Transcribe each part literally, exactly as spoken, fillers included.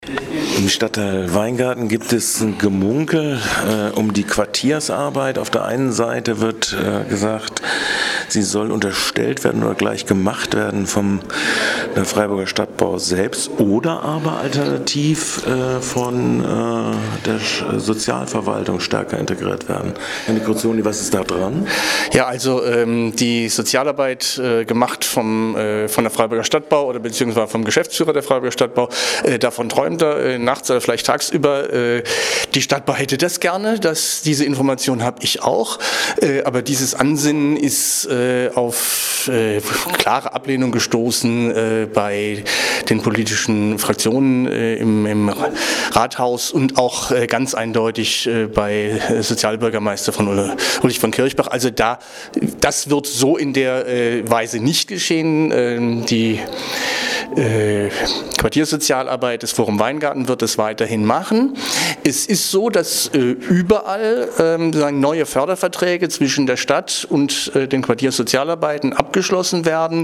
Im Stadtteil Weingarten gibt es ein Gemunkel äh, um die Quartiersarbeit. Auf der einen Seite wird äh, gesagt, sie soll unterstellt werden oder gleich gemacht werden vom äh, Freiburger Stadtbau selbst oder aber alternativ äh, von äh, der Sozialverwaltung stärker integriert werden. Herr Nicrozzoni, was ist da dran? Ja, also ähm, die Sozialarbeit äh, gemacht vom, äh, von der Freiburger Stadtbau oder beziehungsweise vom Geschäftsführer der Freiburger Stadtbau, äh, davon träumt er äh, nachts oder vielleicht tagsüber. Äh, die Stadtbau hätte das gerne, dass diese Information habe ich auch, äh, aber dieses Ansinnen ist äh, auf äh, klare Ablehnung gestoßen äh, bei den politischen Fraktionen äh, im, im Rathaus und auch äh, ganz eindeutig äh, bei äh, Sozialbürgermeister von Ulrich von Kirchbach. Also da, das wird so in der äh, Weise nicht geschehen. Ähm, die äh, Quartiersozialarbeit des Forum Weingarten wird es weiterhin machen. Es ist so, dass äh, überall ähm, sagen, neue Förderverträge zwischen der Stadt und äh, den Quartiersozialarbeiten abgeschlossen werden.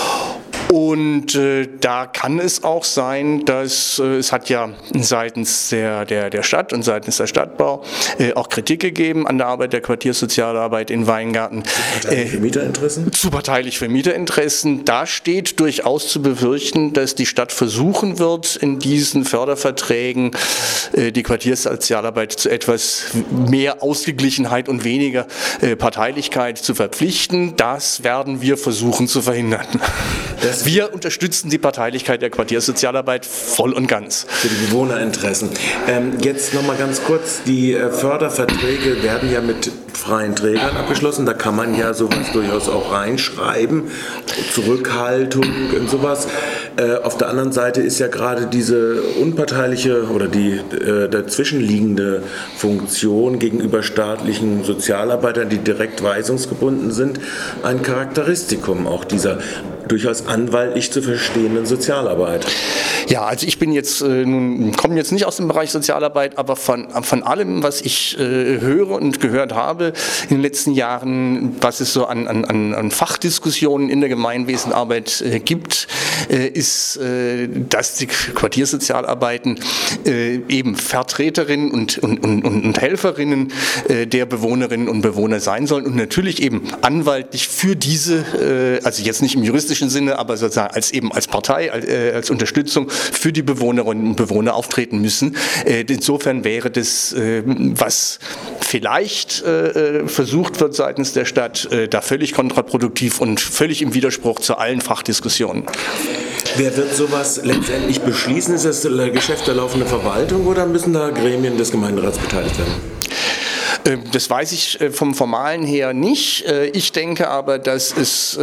Und äh, da kann es auch sein, dass äh, es hat ja seitens der, der, der Stadt und seitens der Stadtbau äh, auch Kritik gegeben an der Arbeit der Quartiersozialarbeit in Weingarten. Zu parteilich für Mieterinteressen? Zu parteilich für Mieterinteressen. Da steht durchaus zu befürchten, dass die Stadt versuchen wird, in diesen Förderverträgen äh, die Quartiersozialarbeit zu etwas mehr Ausgeglichenheit und weniger äh, Parteilichkeit zu verpflichten. Das werden wir versuchen zu verhindern. Das Wir unterstützen die Parteilichkeit der Quartiersozialarbeit voll und ganz. Für die Bewohnerinteressen. Ähm, jetzt nochmal ganz kurz, die äh, Förderverträge werden ja mit freien Trägern abgeschlossen. Da kann man ja sowas durchaus auch reinschreiben. Zurückhaltung und sowas. Äh, auf der anderen Seite ist ja gerade diese unparteiliche oder die äh, dazwischenliegende Funktion gegenüber staatlichen Sozialarbeitern, die direkt weisungsgebunden sind, ein Charakteristikum auch dieser durchaus anwaltlich zu verstehenden Sozialarbeit. Ja, also ich bin jetzt äh, nun komme jetzt nicht aus dem Bereich Sozialarbeit, aber von von allem, was ich äh, höre und gehört habe in den letzten Jahren, was es so an an, an Fachdiskussionen in der Gemeinwesenarbeit äh, gibt, äh, ist, äh, dass die Quartiersozialarbeiten äh, eben Vertreterinnen und und und, und Helferinnen äh, der Bewohnerinnen und Bewohner sein sollen und natürlich eben anwaltlich für diese, äh, also jetzt nicht im juristischen Sinne, aber sozusagen als eben als Partei, als, äh, als Unterstützung für die Bewohnerinnen und Bewohner auftreten müssen. Äh, insofern wäre das, äh, was vielleicht äh, versucht wird seitens der Stadt, äh, da völlig kontraproduktiv und völlig im Widerspruch zu allen Fachdiskussionen. Wer wird sowas letztendlich beschließen? Ist das das Geschäft der laufenden Verwaltung oder müssen da Gremien des Gemeinderats beteiligt werden? Das weiß ich vom Formalen her nicht. Ich denke aber, dass es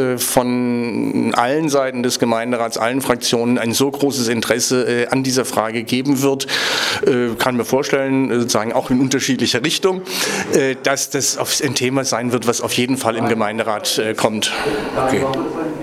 von allen Seiten des Gemeinderats, allen Fraktionen ein so großes Interesse an dieser Frage geben wird, kann mir vorstellen, sozusagen auch in unterschiedlicher Richtung, dass das ein Thema sein wird, was auf jeden Fall im Gemeinderat kommt. Okay.